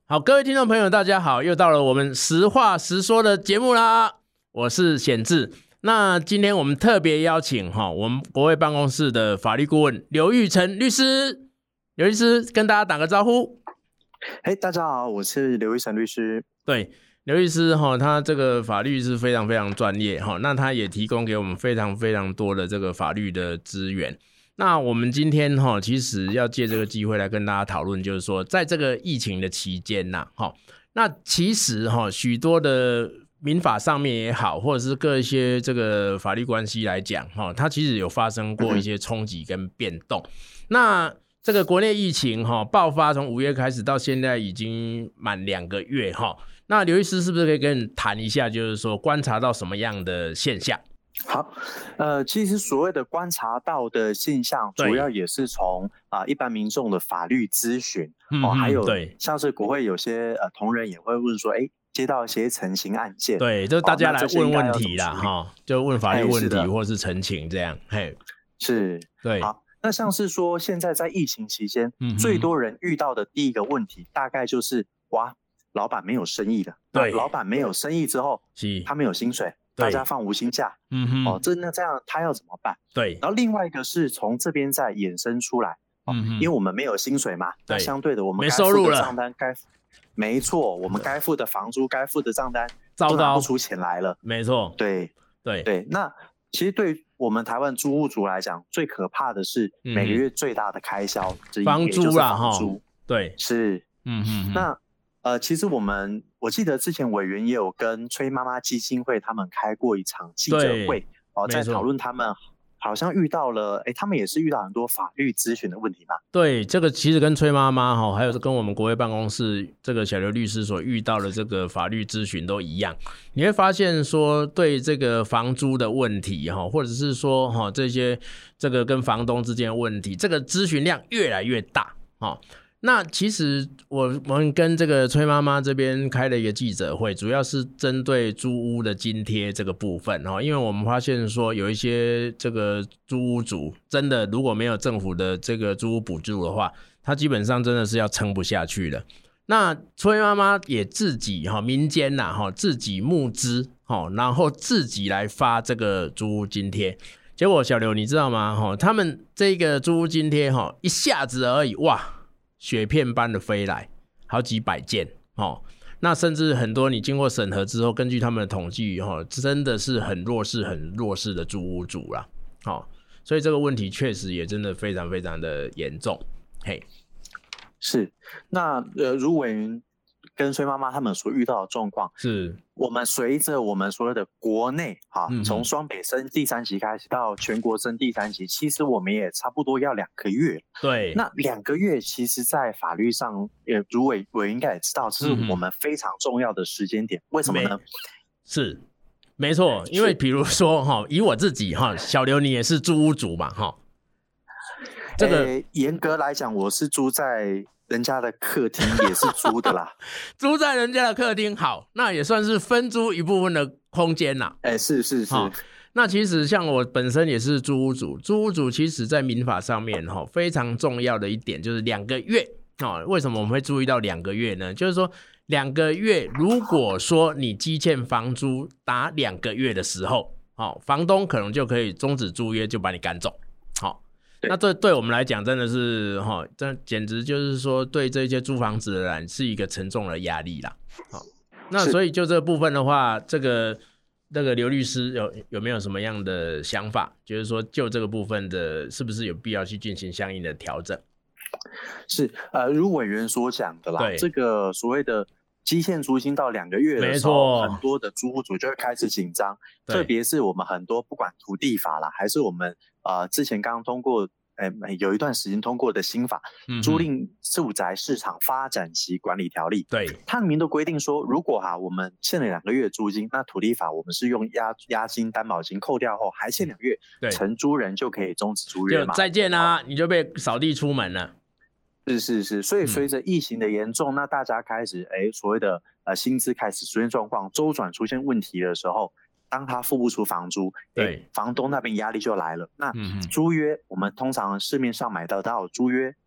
好，各位听众朋友大家好，又到了我们实话实说的节目啦，我是显智。那今天我们特别邀请我们国会办公室的法律顾问刘玉成律师。刘律师跟大家打个招呼。 大家好，我是刘玉成律师。 对，刘律师他这个法律是非常非常专业，那他也提供给我们非常非常多的这个法律的资源。那我们今天其实要借这个机会来跟大家讨论，就是说在这个疫情的期间那其实许多的民法上面也好，或者是各一些这个法律关系来讲它其实有发生过一些冲击跟变动。那这个国内疫情爆发，从5月开始到现在已经满2个月那刘律师是不是可以跟你谈一下，就是说观察到什么样的现象？ 好，其实所谓的观察到的现象，主要也是从一般民众的法律咨询还有像是国会有些同仁也会问说，接到一些陈情案件， 对，就大家来问问题啦就问法律问题或是陈情这样， 是， 对。 好，那像是说现在在疫情期间，最多人遇到的第一个问题，大概就是老板没有生意了。对，老板没有生意之后，他没有薪水。大家放无薪假，那这样他要怎么办？对，然后另外一个是从这边再衍生出来，因为我们没有薪水嘛，那相对的我们该付的账单没错，我们该付的房租、该付的账单都拿不出钱来了， 没错， 对。那其实对我们台湾租屋族来讲，最可怕的是每个月最大的开销之一， 房租啦， 房租， 对， 是，那。其实我记得之前委员也有跟崔妈妈基金会他们开过一场记者会，在讨论他们好像遇到了，他们也是遇到很多法律咨询的问题嘛。 对，这个其实跟崔妈妈还有跟我们国会办公室这个小刘律师所遇到的这个法律咨询都一样。你会发现说，对这个房租的问题或者是说这些这个跟房东之间的问题，这个咨询量越来越大那其实我们跟这个崔妈妈这边开了一个记者会，主要是针对租屋的津贴这个部分因为我们发现说有一些这个租屋族真的如果没有政府的这个租屋补助的话，他基本上真的是要撑不下去了。那崔妈妈也自己民间自己募资然后自己来发这个租屋津贴。结果小刘你知道吗他们这个租屋津贴一下子而已雪片般的飞来，好几百件那甚至很多你经过审核之后，根据他们的统计真的是很弱势的租屋族啦所以这个问题确实也真的非常非常的严重。 是，那如委员跟崔妈妈他们所遇到的状况，是我们随着我们所谓的国内从双北升第3级开始到全国升第3级，其实我们也差不多要2个月。对，那2个月其实在法律上如委员应该也知道，这是我们非常重要的时间点。为什么呢？是没错，因为比如说以我自己小刘你也是租屋族嘛这个严格来讲我是住在人家的客厅，也是租的啦。 租在人家的客厅，好，那也算是分租一部分的空间啦。 是。 那其实像我本身也是租屋族其实在民法上面非常重要的一点就是2个月为什么我们会注意到2个月呢？就是说2个月，如果说你积欠房租达2个月的时候房东可能就可以终止租约，就把你赶走。那这对我们来讲真的是这简直就是说对这些租房子的人是一个沉重的压力啦。那所以就这个部分的话，这个刘律师有没有什么样的想法，就是说就这个部分的是不是有必要去进行相应的调整？ 是如委员所讲的啦，这个所谓的基线租金到2个月的时候，很多的租户主就会开始紧张，特别是我们很多不管土地法啦，还是我们之前刚刚通过有一段时间通过的新法租赁住宅市场发展及管理条例，对，它里面都规定说，如果我们欠了2个月租金，那土地法我们是用押金担保金扣掉后还欠2个月，承租人就可以终止租约嘛， 就再见啦，你就被扫地出门了。 是，所以随着疫情的严重，那大家开始所谓的薪资开始出现状况，周转出现问题的时候，当他付不出房租，对，房东那边压力就来了。那租约我们通常市面上买得到租约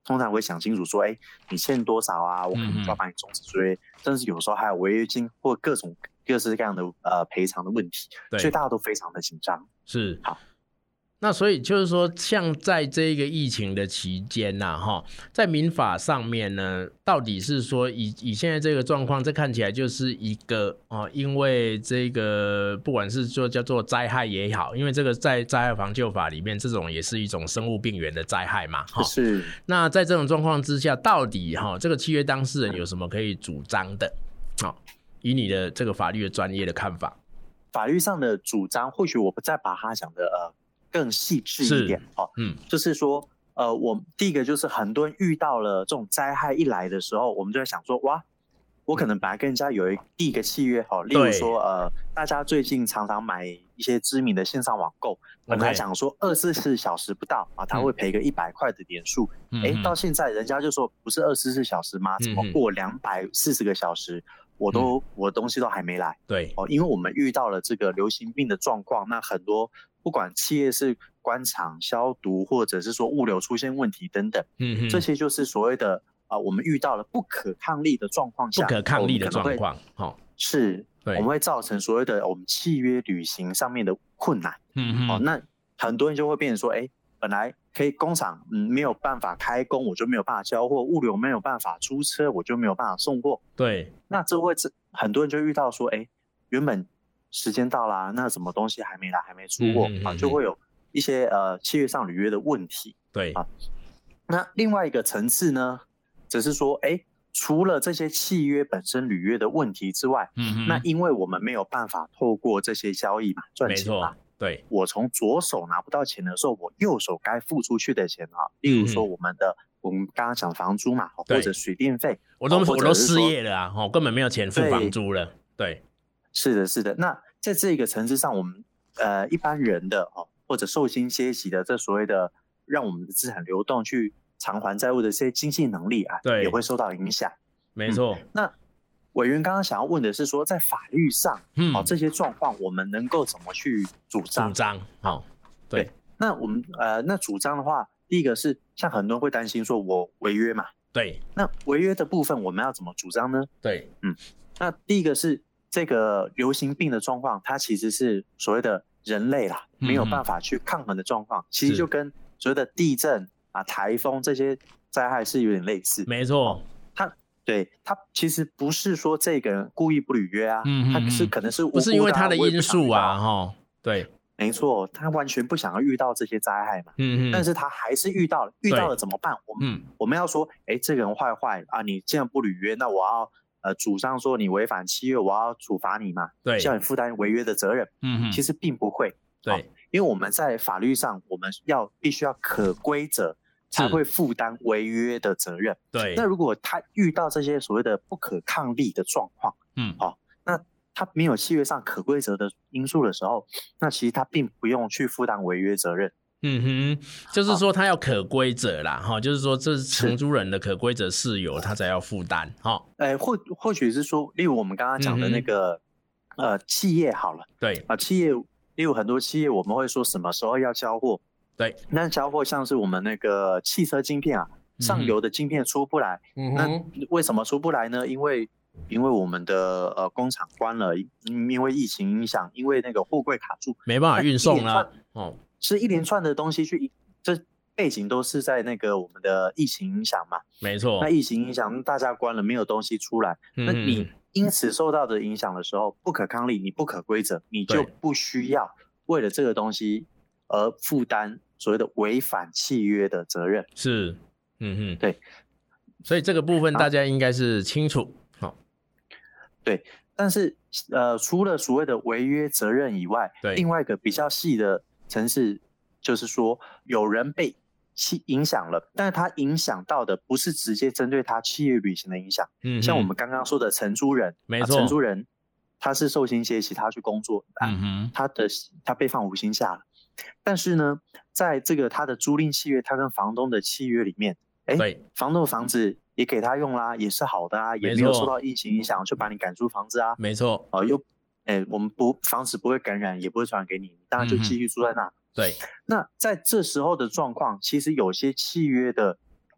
通常会想清楚说，你欠多少啊，我可能就要把你终止租约，甚至有时候还有违约金或各式各样的赔偿的问题，所以大家都非常的紧张。 是， 好。 那所以就是说，像在这个疫情的期间在民法上面呢，到底是说以现在这个状况，这看起来就是一个因为这个不管是说叫做灾害也好，因为这个在灾害防救法里面，这种也是一种生物病原的灾害嘛， 是。 那在这种状况之下，到底这个契约当事人有什么可以主张的？以你的这个法律的专业的看法， 法律上的主张，或许我不再把它讲的更细致一点就是说我第一个就是很多人遇到了这种灾害一来的时候，我们就在想说，哇，我可能本来跟人家有第一个契约例如说大家最近常常买一些知名的线上网购，本来想说24小时不到他会赔个100块的点数，到现在人家就说不是24小时吗？怎么过240个小时？我的东西都还没来， 对因为我们遇到了这个流行病的状况，那很多不管企业是关厂消毒，或者是说物流出现问题等等，这些就是所谓的我们遇到了不可抗力的状况下， 不可抗力的状况， 是，我们会造成所谓的我们契约履行上面的困难，那很多人就会变成说，本来可以工厂没有办法开工，我就没有办法交货，物流没有办法出车，我就没有办法送货。 对， 那这会很多人就遇到说，原本时间到啦，那什么东西还没来，还没出货就会有一些契约上履约的问题。 对那另外一个层次呢，只是说，除了这些契约本身履约的问题之外，那因为我们没有办法透过这些交易嘛赚钱嘛。 对， 我从左手拿不到钱的时候，我右手该付出去的钱例如说我们刚刚讲房租嘛，或者水电费， 我都失业了根本没有钱付房租了。对， 是的，是的。那在这个层次上，我们一般人的或者受薪阶级的这所谓的让我们的资产流动去偿还债务的这些经济能力也会受到影响。 没错。 那委员刚刚想要问的是说，在法律上这些状况我们能够怎么去主张？对。那我们那主张的话，第一个是像很多人会担心说我违约嘛， 对。 那违约的部分我们要怎么主张呢？ 对， 那第一个是这个流行病的状况，它其实是所谓的人类啦没有办法去抗衡的状况，其实就跟所谓的地震台风这些灾害是有点类似。 没错。 他其实不是说这个人故意不履约他可能是不是因为他的因素对， 没错，他完全不想要遇到这些灾害嘛，但是他还是遇到了怎么办？我们要说，这个人坏你既然不履约，那我要主张说你违反契约，我要处罚你嘛， 对， 叫你负担违约的责任。其实并不会， 对， 因为我们在法律上，我们必须要可归责。才会负担违约的责任。 对， 那如果他遇到这些所谓的不可抗力的状况，那他没有契约上可归责的因素的时候，那其实他并不用去负担违约责任。 就是说他要可归责啦，就是说这是承租人的可归责事由，他才要负担。 或许是说，例如我们刚刚讲的那个企业好了， 对企业，例如很多企业我们会说什么时候要交货。 对， 那交货像是我们那个汽车晶片上游的晶片出不来，那为什么出不来呢？因为我们的工厂关了，因为疫情影响，因为那个货柜卡住， 没办法运送了。 是一连串的东西这背景都是在那个我们的疫情影响嘛。 没错。 那疫情影响，大家关了，没有东西出来，那你因此受到的影响的时候，不可抗力，你不可归责，你就不需要为了这个东西而负担所谓的违反契约的责任。 是， 对， 所以这个部分大家应该是清楚。 对，但是除了所谓的违约责任以外，另外一个比较细的层次就是说，有人被影响了，但是他影响到的不是直接针对他契约履行的影响。像我们刚刚说的承租人， 没错， 承租人他是受薪阶级，他去工作，他被放无薪假了。但是呢，在这个他的租赁契约，他跟房东的契约里面，房东的房子也给他用啦，也是好的也没有受到疫情影响，就把你赶出房子没错。 我们房子不会感染，也不会传染给你，当然就继续住在那。 对。 那在这时候的状况，其实有些契约的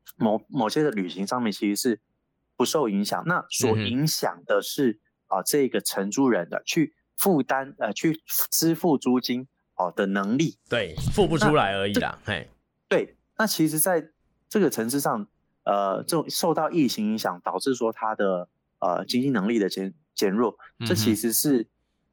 某些的旅行上面其实是不受影响，那所影响的是这个承租人的去负担去支付租金的能力， 对，付不出来而已啦。 对，那其实在这个层次上，就受到疫情影响，导致说他的经济能力的减弱，这其实是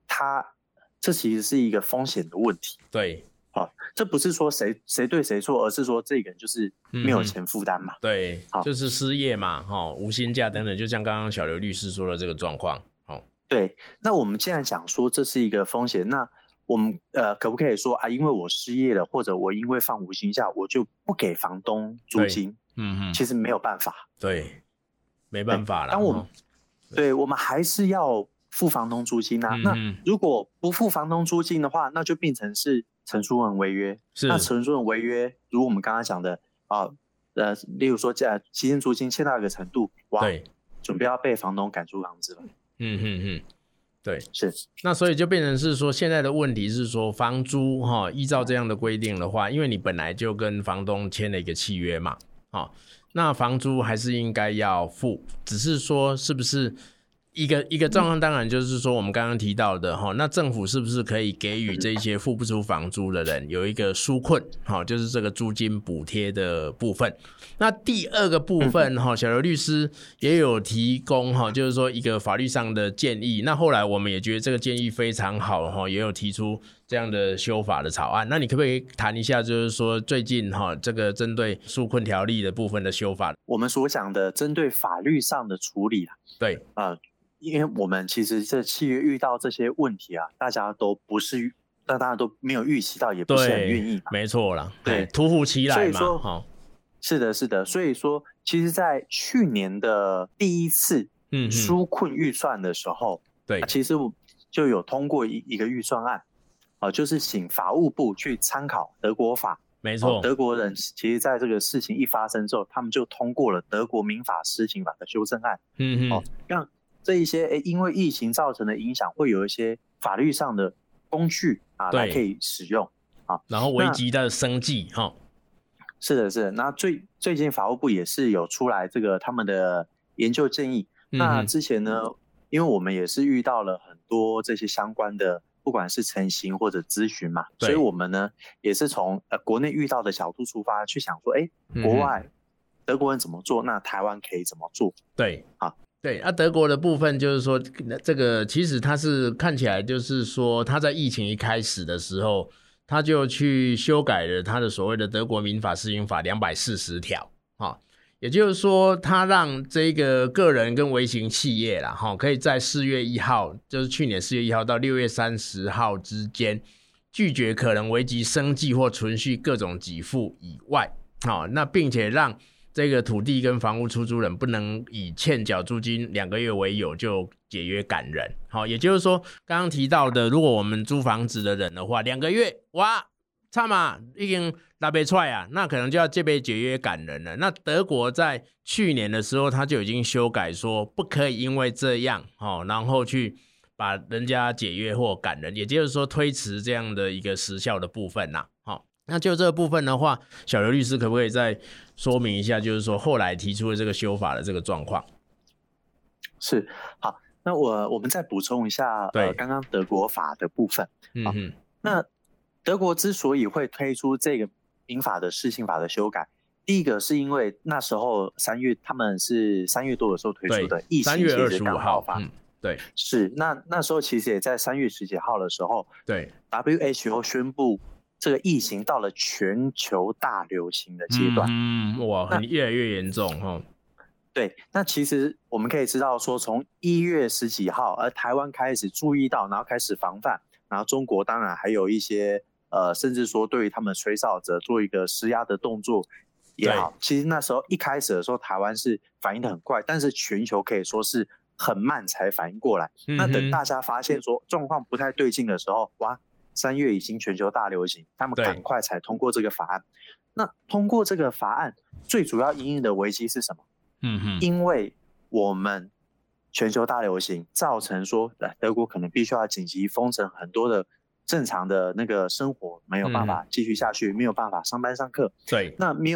一个风险的问题。 对， 这不是说谁对谁错，而是说这个人就是没有钱负担嘛。 对，就是失业嘛，无薪假等等，就像刚刚小刘律师说的这个状况。 对，那我们既然讲说这是一个风险，那我们可不可以说因为我失业了，或者我因为放无薪假，我就不给房东租金？其实没有办法。 对，没办法了。 当我们我们还是要付房东租金啊。那如果不付房东租金的话，那就变成是承租人违约。那承租人违约，如果我们刚刚讲的例如说期限租金欠到一个程度，对，准备要被房东赶出房子了。 对， 是。 那所以就变成是说，现在的问题是说，房租依照这样的规定的话，因为你本来就跟房东签了一个契约嘛，那房租还是应该要付，只是说是不是一个状况，当然就是说我们刚刚提到的那政府是不是可以给予这些付不出房租的人有一个纾困，就是这个租金补贴的部分。那第二个部分小刘律师也有提供就是说一个法律上的建议，那后来我们也觉得这个建议非常好，也有提出这样的修法的草案。那你可不可以谈一下就是说最近这个针对纾困条例的部分的修法？ 我们所讲的针对法律上的处理对， 因为我们其实这契约遇到这些问题大家都没有预期到，也不是很愿意嘛。 没错啦， 对， 突如其来嘛。 所以说是的，所以说其实在去年的第一次纾困预算的时候， 对， 其实就有通过一个预算案就是请法务部去参考德国法。 没错， 德国人其实在这个事情一发生之后，他们就通过了德国民法施行法的修正案。让这一些因为疫情造成的影响，会有一些法律上的工具来可以使用然后危机的生计是的。那最近法务部也是有出来这个他们的研究建议。那之前呢，因为我们也是遇到了很多这些相关的，不管是陈情或者咨询嘛，所以我们呢也是从国内遇到的角度出发，去想说，国外德国人怎么做，那台湾可以怎么做？ 对，德国的部分就是说，这个其实他是看起来就是说，他在疫情一开始的时候，他就去修改了他的所谓的德国民法施行法240条，也就是说，他让这个个人跟微型企业啦，可以在4月1号，就是去年4月1号到6月30号之间，拒绝可能危及生计或存续各种给付以外，那并且让这个土地跟房屋出租人不能以欠缴租金2个月为由就解约赶人。也就是说刚刚提到的，如果我们租房子的人的话，2个月哇差嘛已经拿不出来那可能就要这边解约赶人了。那德国在去年的时候他就已经修改说，不可以因为这样然后去把人家解约或赶人，也就是说推迟这样的一个时效的部分那就这个部分的话，小刘律师可不可以再说明一下，就是说后来提出的这个修法的这个状况？ 是，好，那我们再补充一下刚刚德国法的部分。那德国之所以会推出这个民法的施行法的修改，第一个是因为那时候他们是3月多的时候推出的，疫情其实刚爆发。 对， 是那时候其实也在3月10几号的时候， 对 WHO 宣布这个疫情到了全球大流行的阶段。 哇，越来越严重对，那其实我们可以知道说，从1月10几号，而台湾开始注意到，然后开始防范，然后中国当然还有一些甚至说对于他们吹哨者做一个施压的动作也好。其实那时候一开始的时候，台湾是反应的很快，但是全球可以说是很慢才反应过来。那等大家发现说状况不太对劲的时候，哇，3月已经全球大流行，他们赶快才通过这个法案。那通过这个法案，最主要因应的危机是什么？因为我们全球大流行，造成说德国可能必须要紧急封城，很多的正常的那个生活没有办法继续下去，没有办法上班上课。 对， 那没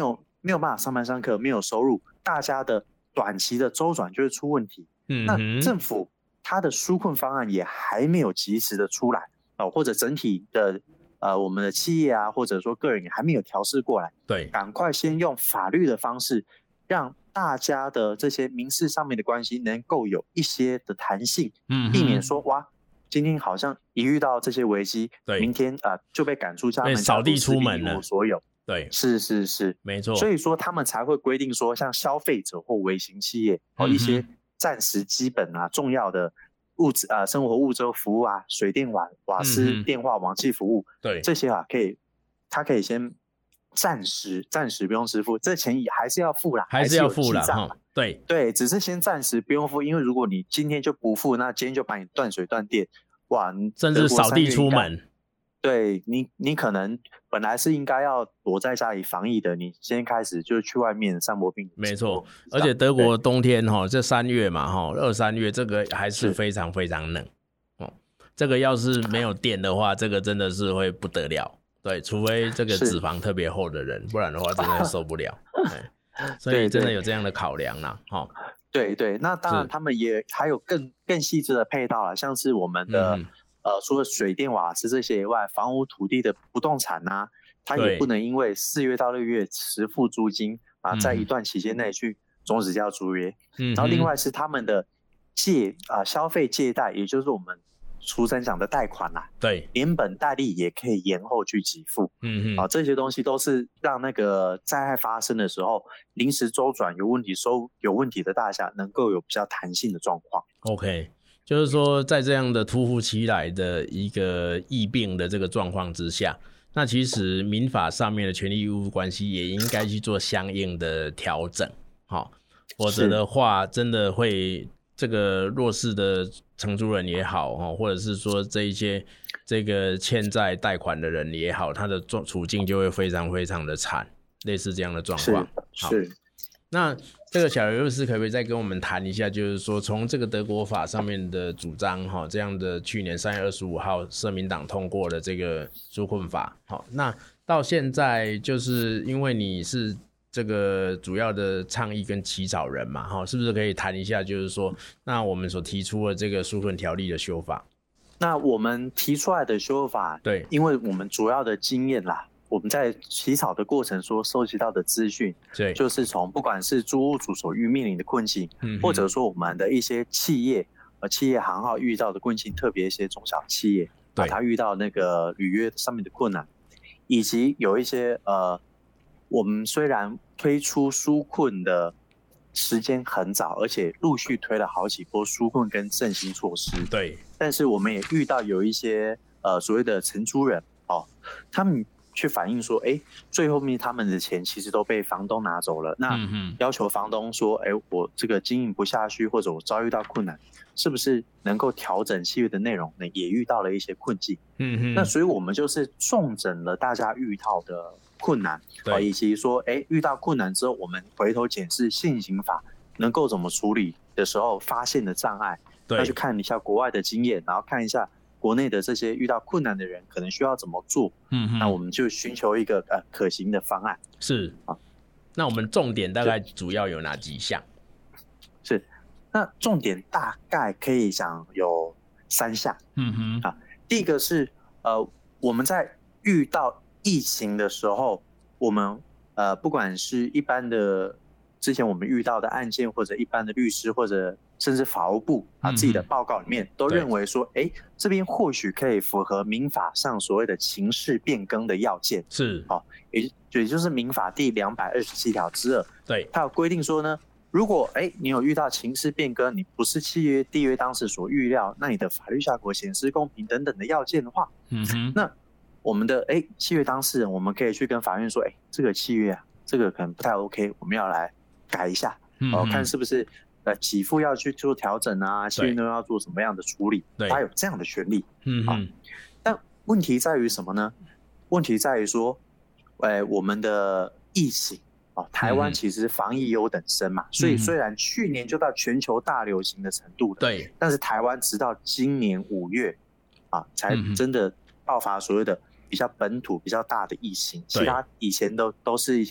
没有办法上班上课，没有收入，大家的短期的周转就会出问题。那政府它的纾困方案也还没有及时的出来或者整体的我们的企业啊，或者说个人也还没有调试过来。 对， 赶快先用法律的方式，让大家的这些民事上面的关系能够有一些的弹性，避免说哇，今天好像一遇到这些危机，明天就被赶出家门， 扫地出门了， 所有。 对， 是， 没错。 所以说他们才会规定说，像消费者或微型企业一些暂时基本重要的物质生活物质服务水电瓦斯、电话网际服务， 对， 这些他可以先暂时不用支付，这钱还是要付啦， 还是要付啦。对， 只是先暂时不用付，因为如果你今天就不付，那今天就把你断水断电，哇， 甚至扫地出门。 对，你可能本来是应该要躲在家里防疫的，你先开始就去外面散播病毒。 没错，而且德国冬天这3月嘛2、3月这个还是非常非常冷这个要是没有电的话，这个真的是会不得了。对，除非这个脂肪特别厚的人，不然的话真的受不了。所以真的有这样的考量啦。 对，那当然他们也还有更细致的配套啦，像是我们的除了水电瓦斯这些以外，房屋土地的不动产它也不能因为4月到6月迟付租金在一段期间内去终止掉租约。然后另外是他们的消费借贷，也就是我们俗称讲的贷款对， 连本带利也可以延后去给付。这些东西都是让那个灾害发生的时候，临时周转有问题的大家能够有比较弹性的状况。 OK。就是说在这样的突如其来的一个疫病的这个状况之下，那其实民法上面的权利义务关系也应该去做相应的调整否则的话真的会这个弱势的承租人也好或者是说这一些这个欠债贷款的人也好，他的处境就会非常非常的惨，类似这样的状况。 是。 那这个小刘律师可不可以再跟我们谈一下，就是说从这个德国法上面的主张这样的去年3月25号社民党通过的这个纾困法那到现在就是因为你是这个主要的倡议跟起草人嘛是不是可以谈一下，就是说那我们所提出的这个纾困条例的修法？ 那我们提出来的修法， 对， 因为我们主要的经验我们在起草的过程所收集到的资讯， 对， 就是从不管是租屋主所面临的困境，或者说我们的一些企业行号遇到的困境，特别一些中小企业，他遇到那个履约上面的困难，以及有一些我们虽然推出纾困的时间很早，而且陆续推了好几波纾困跟振兴措施， 对， 但是我们也遇到有一些所谓的承租人他们去反映说最后面他们的钱其实都被房东拿走了，那要求房东说我这个经营不下去，或者我遭遇到困难，是不是能够调整契约的内容呢？也遇到了一些困境。那所以我们就是重整了大家遇到的困难以及说遇到困难之后我们回头检视现行法能够怎么处理的时候发现的障碍，那去看一下国外的经验，然后看一下国内的这些遇到困难的人可能需要怎么做，那我们就寻求一个可行的方案。 是那我们重点大概主要有哪几项？ 是，那重点大概可以讲有3项。第一个是我们在遇到疫情的时候，我们不管是一般的之前我们遇到的案件，或者一般的律师，或者甚至法务部自己的报告里面都认为说这边或许可以符合民法上所谓的情势变更的要件， 是也就是民法第227条之2， 对， 它有规定说呢，如果你有遇到情势变更，你不是契约缔约当时所预料，那你的法律效果显示公平等等的要件的话，那我们的契约当事人，我们可以去跟法院说这个契约这个可能不太 OK， 我们要来改一下，看是不是给付要去做调整契约要做什么样的处理，他有这样的权利。但问题在于什么呢？问题在于说我们的疫情台湾其实防疫优等生嘛，所以虽然去年就到全球大流行的程度了， 对， 但是台湾直到今年5月才真的爆发所谓的比较本土比较大的疫情，其他以前都是一些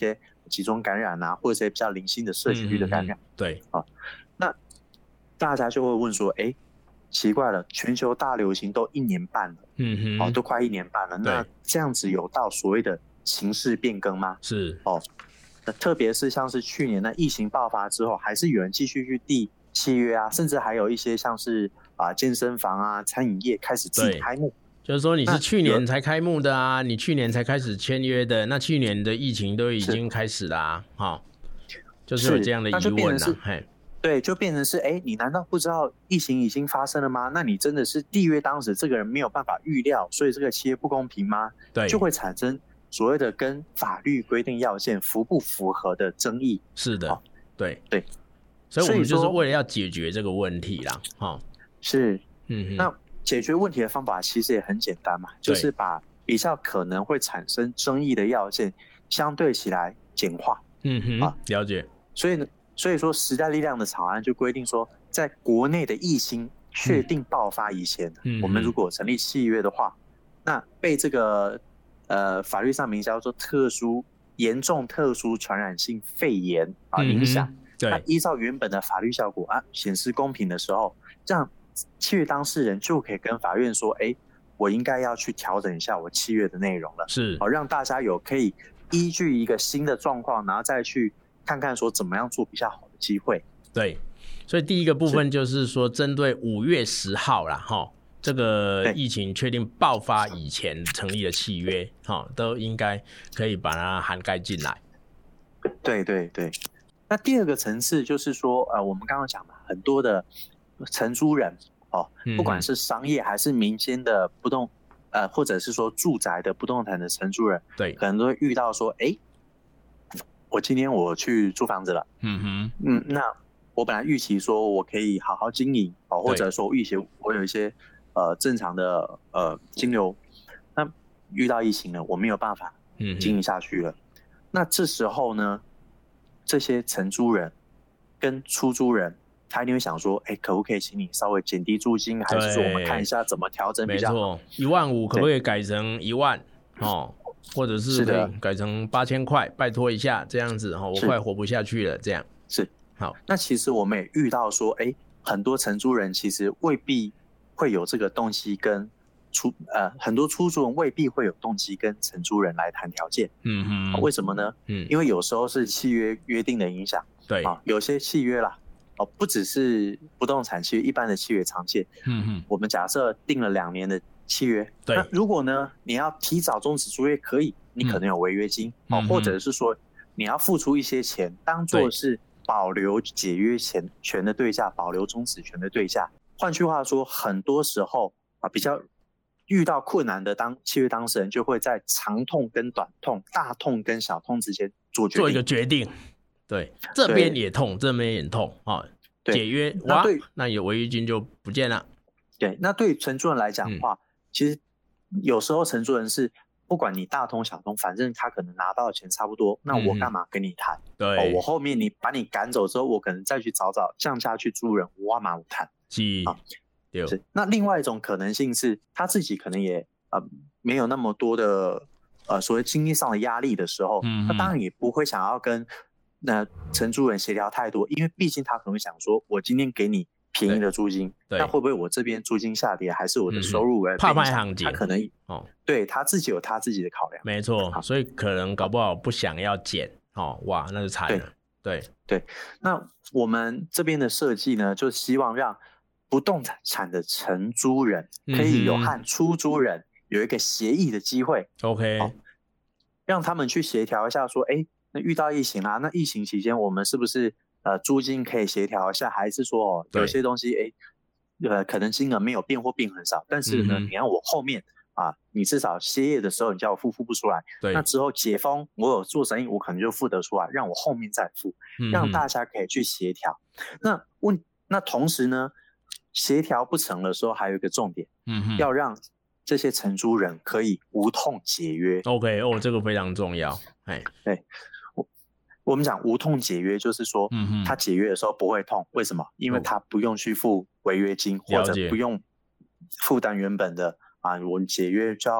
集中感染啊，或者是比较零星的社区的感染。 对那大家就会问说，奇怪了，全球大流行都1年半了，都快1年半了，那这样子有到所谓的情势变更吗？ 是那特别是像是去年的疫情爆发之后，还是有人继续去缔契约啊，甚至还有一些像是健身房啊、餐饮业开始自己开幕。 就是说你是去年才开幕的啊，你去年才开始签约的，那去年的疫情都已经开始啦就是有这样的疑问啦。 对，就变成是你难道不知道疫情已经发生了吗？那你真的是缔约当时这个人没有办法预料，所以这个契约不公平吗？ 对， 就会产生所谓的跟法律规定要件符不符合的争议。 是的，对， 所以我们就是为了要解决这个问题啦。 是，那解决问题的方法其实也很简单嘛，就是把比较可能会产生争议的要件相对起来简化。 了解。 所以说时代力量的草案就规定说，在国内的疫情确定爆发以前，我们如果成立契约的话，那被这个法律上名叫做严重特殊传染性肺炎影响，那依照原本的法律效果显示公平的时候，这样契约当事人就可以跟法院说，我应该要去调整一下我契约的内容了， 是让大家有可以依据一个新的状况，然后再去看看说怎么样做比较好的机会。 对，所以第一个部分就是说，针对5月10号啦，这个疫情确定爆发以前成立的契约，都应该可以把它涵盖进来。 对。那第二个层次就是说，我们刚刚讲的很多的承租人不管是商业还是民间的不动，或者是说住宅的不动产的承租人， 对， 可能都会遇到说，我今天我去租房子了，那我本来预期说我可以好好经营，或者说预期我有一些正常的金流，那遇到疫情了，我没有办法经营下去了，那这时候呢，这些承租人跟出租人，他一定会想说，可不可以请你稍微减低租金，还是说我们看一下怎么调整比较好？ 没错，15000可不可以改成1万或者是可以改成8000块，拜托一下，这样子我快活不下去了，这样是好。 那其实我们也遇到说，很多承租人其实未必会有这个动机跟很多出租人未必会有动机跟承租人来谈条件。为什么呢？因为有时候是契约约定的影响。 对有些契约啦，不只是不动产契约，一般的契约常见。我们假设定了2年的契约， 对， 那如果呢你要提早终止租约可以，你可能有违约金，或者是说你要付出一些钱，当做是保留解约权的对价，保留终止权的对价。换句话说，很多时候比较遇到困难的契约当事人就会在长痛跟短痛、大痛跟小痛之间做一个决定。 对，这边也痛，这边也痛解约那有违约金就不见了。 对，那对于承租人来讲的话，其实有时候承租人是不管你大通小通，反正他可能拿到的钱差不多，那我干嘛跟你谈？ 对， 我后面把你赶走之后，我可能再去找降价去租人，我干嘛不谈？是。那另外一种可能性是，他自己可能也没有那么多的所谓经济上的压力的时候，那当然也不会想要跟承租人协调太多，因为毕竟他可能会想说，我今天给你便宜的租金，那会不会我这边租金下跌，还是我的收入怕卖行情？ 他可能对他自己有他自己的考量， 没错，所以可能搞不好不想要减哇，那就惨了。对， 那我们这边的设计呢，就希望让不动产的承租人可以有和出租人有一个协议的机会。 OK， 让他们去协调一下，说，那遇到疫情啦，那疫情期间我们是不是租金可以协调一下，还是说有些东西可能金额没有变或变很少，但是呢，你让我后面你至少歇业的时候你叫我付不出来，那之后解封我有做生意我可能就付得出来，让我后面再付，让大家可以去协调。那同时呢，协调不成的时候还有一个重点，要让这些承租人可以无痛解约。 OK， 这个非常重要。 对，我们讲无痛解约，就是说，他解约的时候不会痛，为什么？因为他不用去付违约金，或者不用负担原本的我解约就要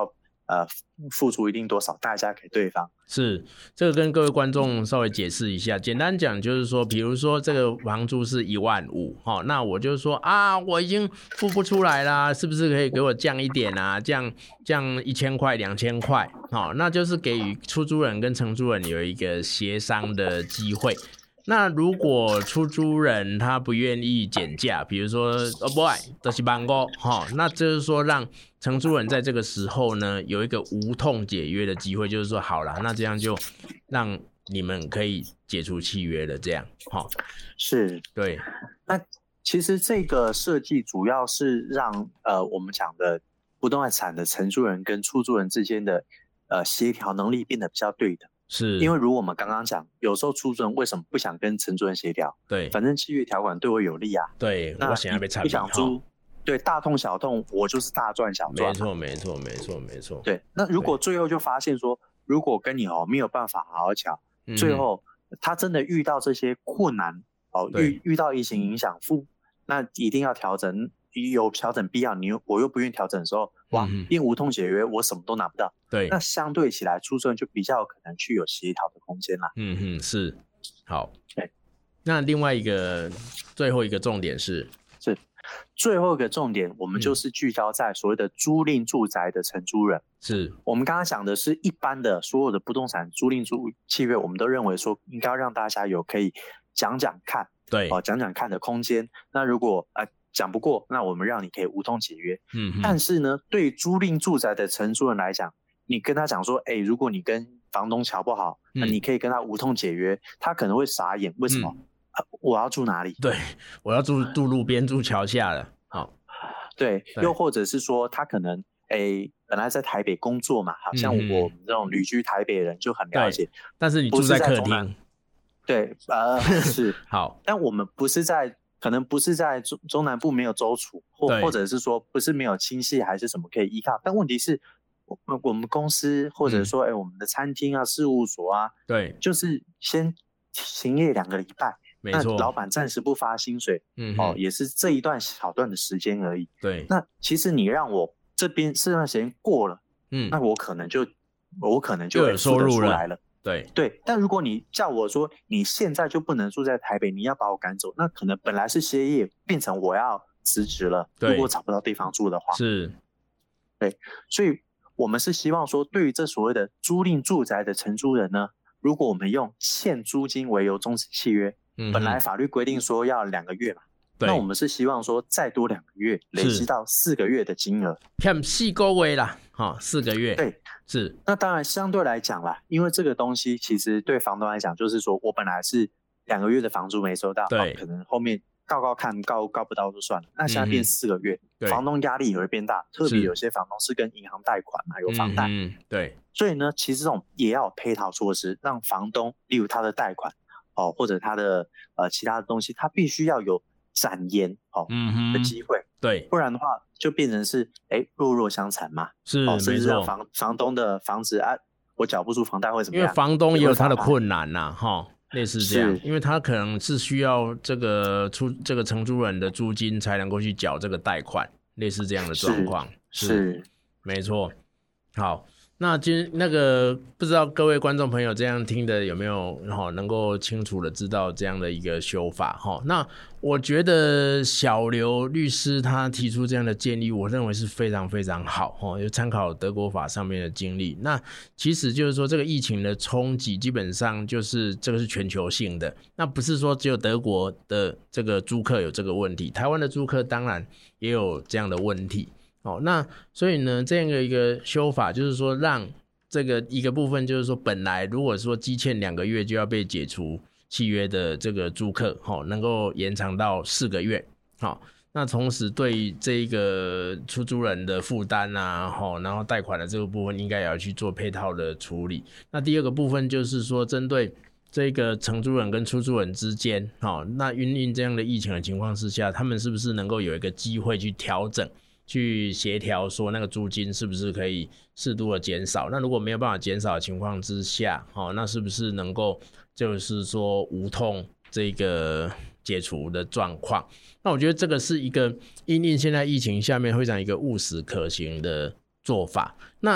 付出一定多少代价给对方。 是，这个跟各位观众稍微解释一下，简单讲就是说，比如说这个房租是15000，那我就说啊，我已经付不出来啦，是不是可以给我降一点啊？降1000块、2000块，那就是给予出租人跟承租人有一个协商的机会。那如果出租人他不愿意减价，比如说不爱就是15000，那就是说让承租人在这个时候呢有一个无痛解约的机会，就是说好啦，那这样就让你们可以解除契约了，这样是， 对。 那其实这个设计主要是让我们讲的不动产的承租人跟出租人之间的协调能力变得比较对等。 是， 因为如我们刚刚讲，有时候出租人为什么不想跟承租人协调？ 对， 反正契约条款对我有利啊。 对， 那我想要被不想租，对，大痛小痛，我就是大赚小赚。 没错。对， 那如果最后就发现说，如果跟你没有办法好好瞧，最后他真的遇到这些困难遇到疫情影响那一定要调整。有调整必要，我又不愿意调整的时候，哇，因无痛解约，我什么都拿不到。 对， 那相对起来，出租人就比较有可能去有协调的空间啦。 是，好。 对， 那另外一个最后一个重点是最后一个重点，我们就是聚焦在所谓的租赁住宅的承租人。 是我们刚刚讲的是一般的所有的不动产租赁契约，我们都认为说应该让大家有可以讲讲看， 对， 讲讲看的空间。那如果讲不过，那我们让你可以无痛解约。但是呢，对于租赁住宅的承租人来讲，你跟他讲说，如果你跟房东瞧不好，那你可以跟他无痛解约，他可能会傻眼，为什么？我要住哪里？ 对，我要住路边、住桥下了。好， 对，又或者是说，他可能本来在台北工作嘛，好像我们这种旅居台北人就很了解， 但是你住在客厅， 对，是好， 但我们可能不是在中南部没有周楚，或者是说不是没有亲戚还是什么可以依靠，但问题是我们公司或者说我们的餐厅啊、事务所啊， 对， 就是先停业2个礼拜， 没错， 那老板暂时不发薪水，也是这一段小段的时间而已。 对， 那其实你让我这边这段时间过了，那我可能就有收入出来了。 对， 但如果你叫我说你现在就不能住在台北，你要把我赶走，那可能本来是歇业，变成我要辞职了。如果找不到地方住的话， 是， 对，所以我们是希望说，对于这所谓的租赁住宅的承租人呢，如果我们用欠租金为由终止契约，本来法律规定说要2个月嘛，那我们是希望说再多2个月，累积到4个月的金额， 骗4个月啦，4个月， 对。 是， 那当然相对来讲啦，因为这个东西其实对房东来讲，就是说我本来是2个月的房租没收到， 对， 可能后面告不到就算了，那现在变4个月，房东压力也会变大，特别有些房东是跟银行贷款嘛，有房贷， 对， 所以呢，其实这种也要有配套措施，让房东，例如他的贷款或者他的其他的东西，他必须要有展延的机会， 对， 不然的话就变成是弱相残嘛， 是， 甚至让房东的房子我缴不出房贷会怎么样？ 因为房东也有他的困难呐，类似这样，因为他可能是需要这个承租人的租金才能够去缴这个贷款，类似这样的状况， 是没错。好，那不知道各位观众朋友这样听的有没有能够清楚的知道这样的一个修法。那我觉得小刘律师他提出这样的建议，我认为是非常非常好，就参考德国法上面的经历。那其实就是说这个疫情的冲击基本上就是这个是全球性的，那不是说只有德国的这个租客有这个问题，台湾的租客当然也有这样的问题。那所以呢，这样的一个修法就是说，让这个一个部分就是说，本来如果说积欠2个月就要被解除契约的这个租客，能够延长到4个月。那同时对这个出租人的负担啊，然后贷款的这个部分应该也要去做配套的处理。那第二个部分就是说，针对这个承租人跟出租人之间，那因应这样的疫情的情况之下，他们是不是能够有一个机会去调整？去协调说那个租金是不是可以适度的减少，那如果没有办法减少的情况之下，那是不是能够就是说无痛这个解除的状况。那我觉得这个是一个因应现在疫情下面非常一个务实可行的做法。那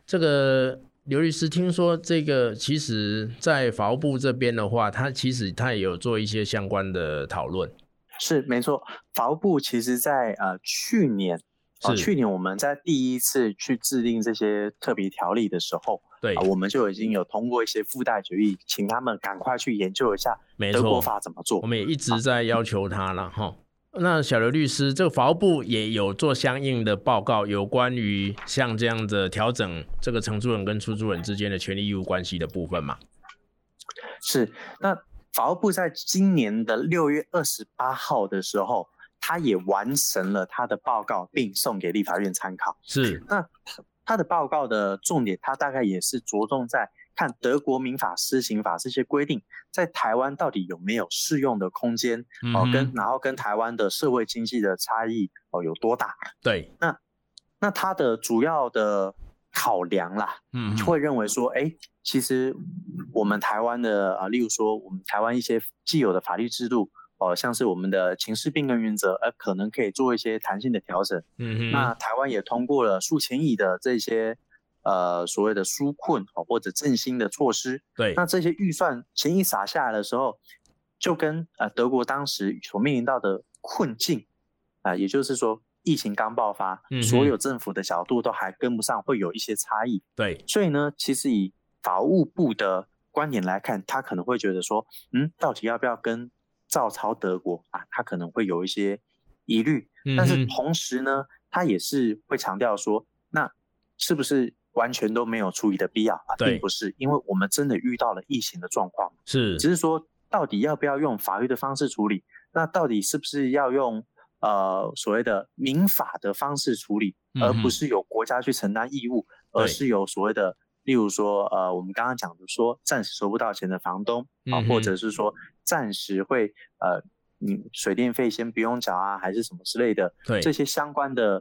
这个刘律师，听说这个其实在法务部这边的话，他也有做一些相关的讨论。 是没错，法务部其实在去年我们在第一次去制定这些特别条例的时候，对，我们就已经有通过一些附带决议，请他们赶快去研究一下德国法怎么做。 我们也一直在要求他了齁。那小刘律师，这个法务部也有做相应的报告，有关于像这样的调整这个承租人跟出租人之间的权利义务关系的部分嘛？ 是，那法务部在今年的6月28号的时候，他也完成了他的报告，并送给立法院参考。 是，那他的报告的重点，他大概也是着重在看德国民法施行法这些规定在台湾到底有没有适用的空间，然后跟台湾的社会经济的差异有多大。 对， 那他的主要的考量啦，会认为说，其实我们台湾的例如说我们台湾一些既有的法律制度，像是我们的情事并根原则，可能可以做一些弹性的调整。那台湾也通过了数千亿的这些所谓的纾困或者振兴的措施。 对， 那这些预算钱一撒下来的时候，就跟德国当时所面临到的困境也就是说疫情刚爆发，所有政府的角度都还跟不上，会有一些差异。 对， 所以呢，其实以法务部的观点来看，他可能会觉得说，到底要不要跟照抄德国他可能会有一些疑虑。但是同时呢，他也是会强调说，那是不是完全都没有处理的必要并不是，因为我们真的遇到了疫情的状况，只是说到底要不要用法律的方式处理，那到底是不是要用所谓的民法的方式处理，而不是由国家去承担义务，而是由所谓的例如说我们刚刚讲的说暂时收不到钱的房东或者是说暂时会你水电费先不用缴还是什么之类的，这些相关的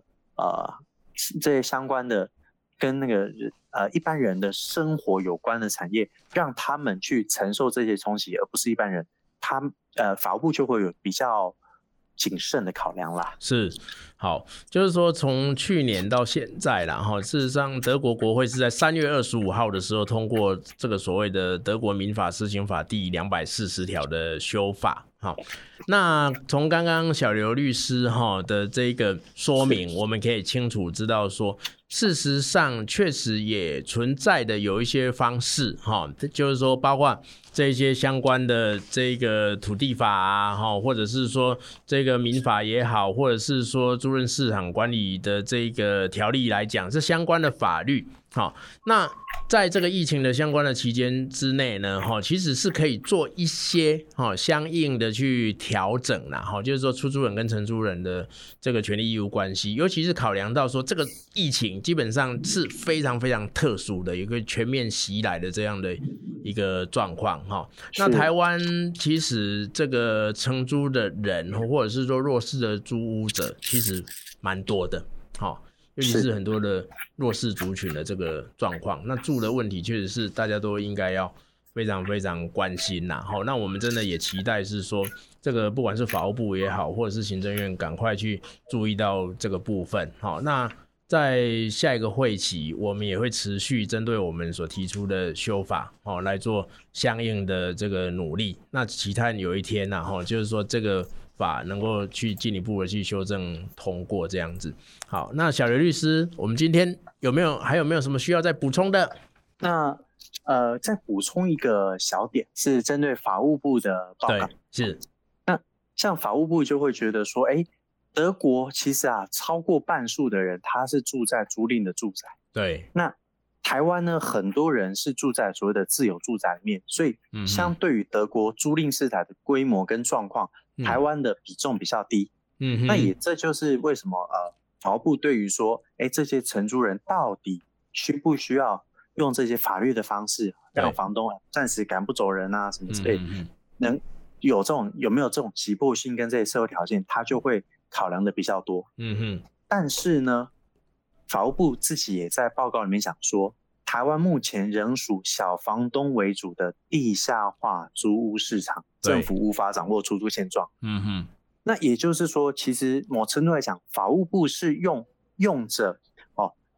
跟那个一般人的生活有关的产业，让他们去承受这些冲击，而不是一般人，法务部就会有比较谨慎的考量啦。 是，好，就是说从去年到现在啦，事实上德国国会是在3月25号的时候通过这个所谓的德国民法施行法第240条的修法。好，那从刚刚小刘律师的这个说明，我们可以清楚知道说，事实上确实也存在的有一些方式就是说包括这些相关的这个土地法或者是说这个民法也好，或者是说租赁市场管理的这个条例来讲，这相关的法律那在这个疫情的相关的期间之内呢，其实是可以做一些相应的去调整啦，就是说出租人跟承租人的这个权利义务关系，尤其是考量到说这个疫情基本上是非常非常特殊的一个全面袭来的这样的一个状况那台湾其实这个承租的人或者是说弱势的租屋者其实蛮多的尤其是很多的弱势族群的这个状况，那住的问题确实是大家都应该要非常非常关心啦。那我们真的也期待是说，这个不管是法务部也好，或者是行政院赶快去注意到这个部分。那在下一个会期，我们也会持续针对我们所提出的修法来做相应的这个努力。那期待有一天就是说这个法能够去进一步的去修正通过这样子。好，那小刘律师，我们今天还有没有什么需要再补充的？ 那再补充一个小点，是针对法务部的报告。 对，是。 那像法务部就会觉得说，德国其实超过半数的人他是住在租赁的住宅。 对。 那台湾呢，很多人是住在所谓的自有住宅里面，所以相对于德国租赁市场的规模跟状况，台湾的比重比较低。那这就是为什么法务部对于说这些承租人到底需不需要用这些法律的方式让房东暂时赶不走人什么之类的，能有没有这种急迫性跟这些社会条件，他就会考量的比较多。但是呢，法务部自己也在报告里面讲说，台湾目前仍属小房东为主的地下化租屋市场，政府无法掌握出租现状。那也就是说，其实某程度来讲，法务部是用着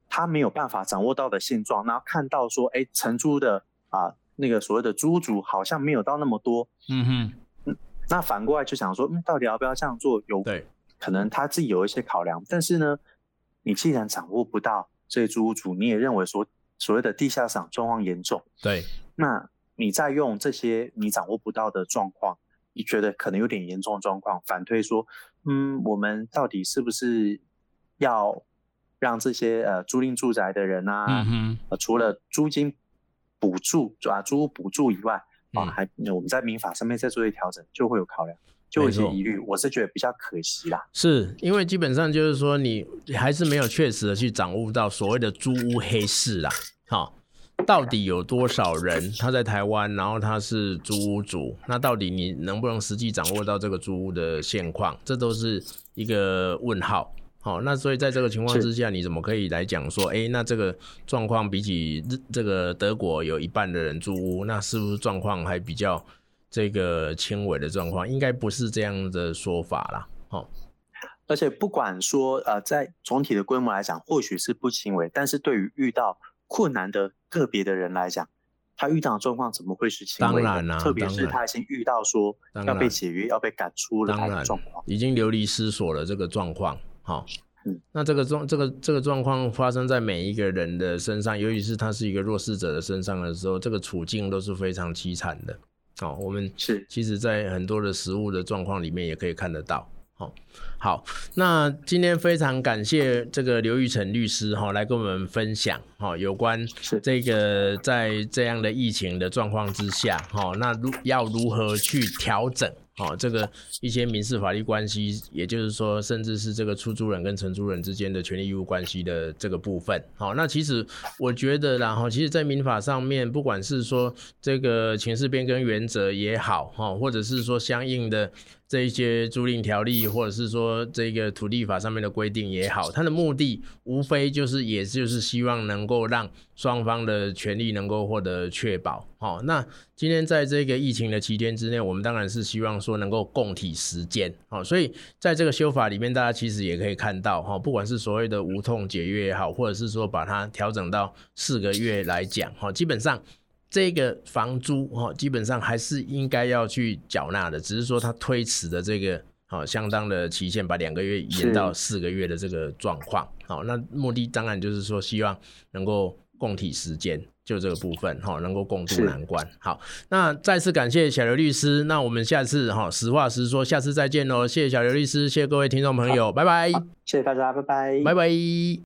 他没有办法掌握到的现状，然后看到说，承租的那个所谓的租主好像没有到那么多，那反过来就想说，到底要不要这样做？ 对， 可能他自己有一些考量，但是呢，你既然掌握不到这些租屋主，你也认为说所谓的地下市场状况严重， 对， 那你再用这些你掌握不到的状况，你觉得可能有点严重的状况，反推说，我们到底是不是要让这些租赁住宅的人除了租金补助租屋补助以外，还我们在民法上面再做一些调整，就会有考量，就有一些疑虑，我是觉得比较可惜啦。 是因为基本上就是说，你还是没有确实的去掌握到所谓的租屋黑市啦，到底有多少人他在台湾，然后他是租屋主，那到底你能不能实际掌握到这个租屋的现况，这都是一个问号。那所以在这个情况之下，你怎么可以来讲说，那这个状况比起这个德国有一半的人租屋，那是不是状况还比较这个轻微的状况？应该不是这样的说法啦。 而且不管说在总体的规模来讲，或许是不轻微，但是对于遇到困难的个别的人来讲，他遇到的状况怎么会是轻微的？当然啦，特别是他已经遇到说要被解约、要被赶出了的状况， 已经流离失所了这个状况。那这个状况发生在每一个人的身上，尤其是他是一个弱势者的身上的时候，这个处境都是非常凄惨的。我们其实在很多的实务的状况里面也可以看得到。好，那今天非常感谢这个刘玉成律师来跟我们分享有关这个在这样的疫情的状况之下那要如何去调整这个一些民事法律关系，也就是说甚至是这个出租人跟承租人之间的权利义务关系的这个部分。那其实我觉得啦其实在民法上面，不管是说这个情事变更原则也好或者是说相应的这一些租赁条例，或者是说这个土地法上面的规定也好，它的目的无非也就是希望能够让双方的权利能够获得确保。那今天在这个疫情的期间之内，我们当然是希望说能够共体时艰。所以在这个修法里面，大家其实也可以看到不管是所谓的无痛解约也好，或者是说把它调整到4个月来讲，基本上这个房租基本上还是应该要去缴纳的，只是说它推迟的这个相当的期限，把2个月延到4个月的这个状况。那目的当然就是说希望能够共体时艰，就这个部分能够共度难关。好，那再次感谢小刘律师，那我们下次实话实说，下次再见咯。谢谢小刘律师，谢谢各位听众朋友，拜拜。 谢谢大家，拜拜， 拜拜。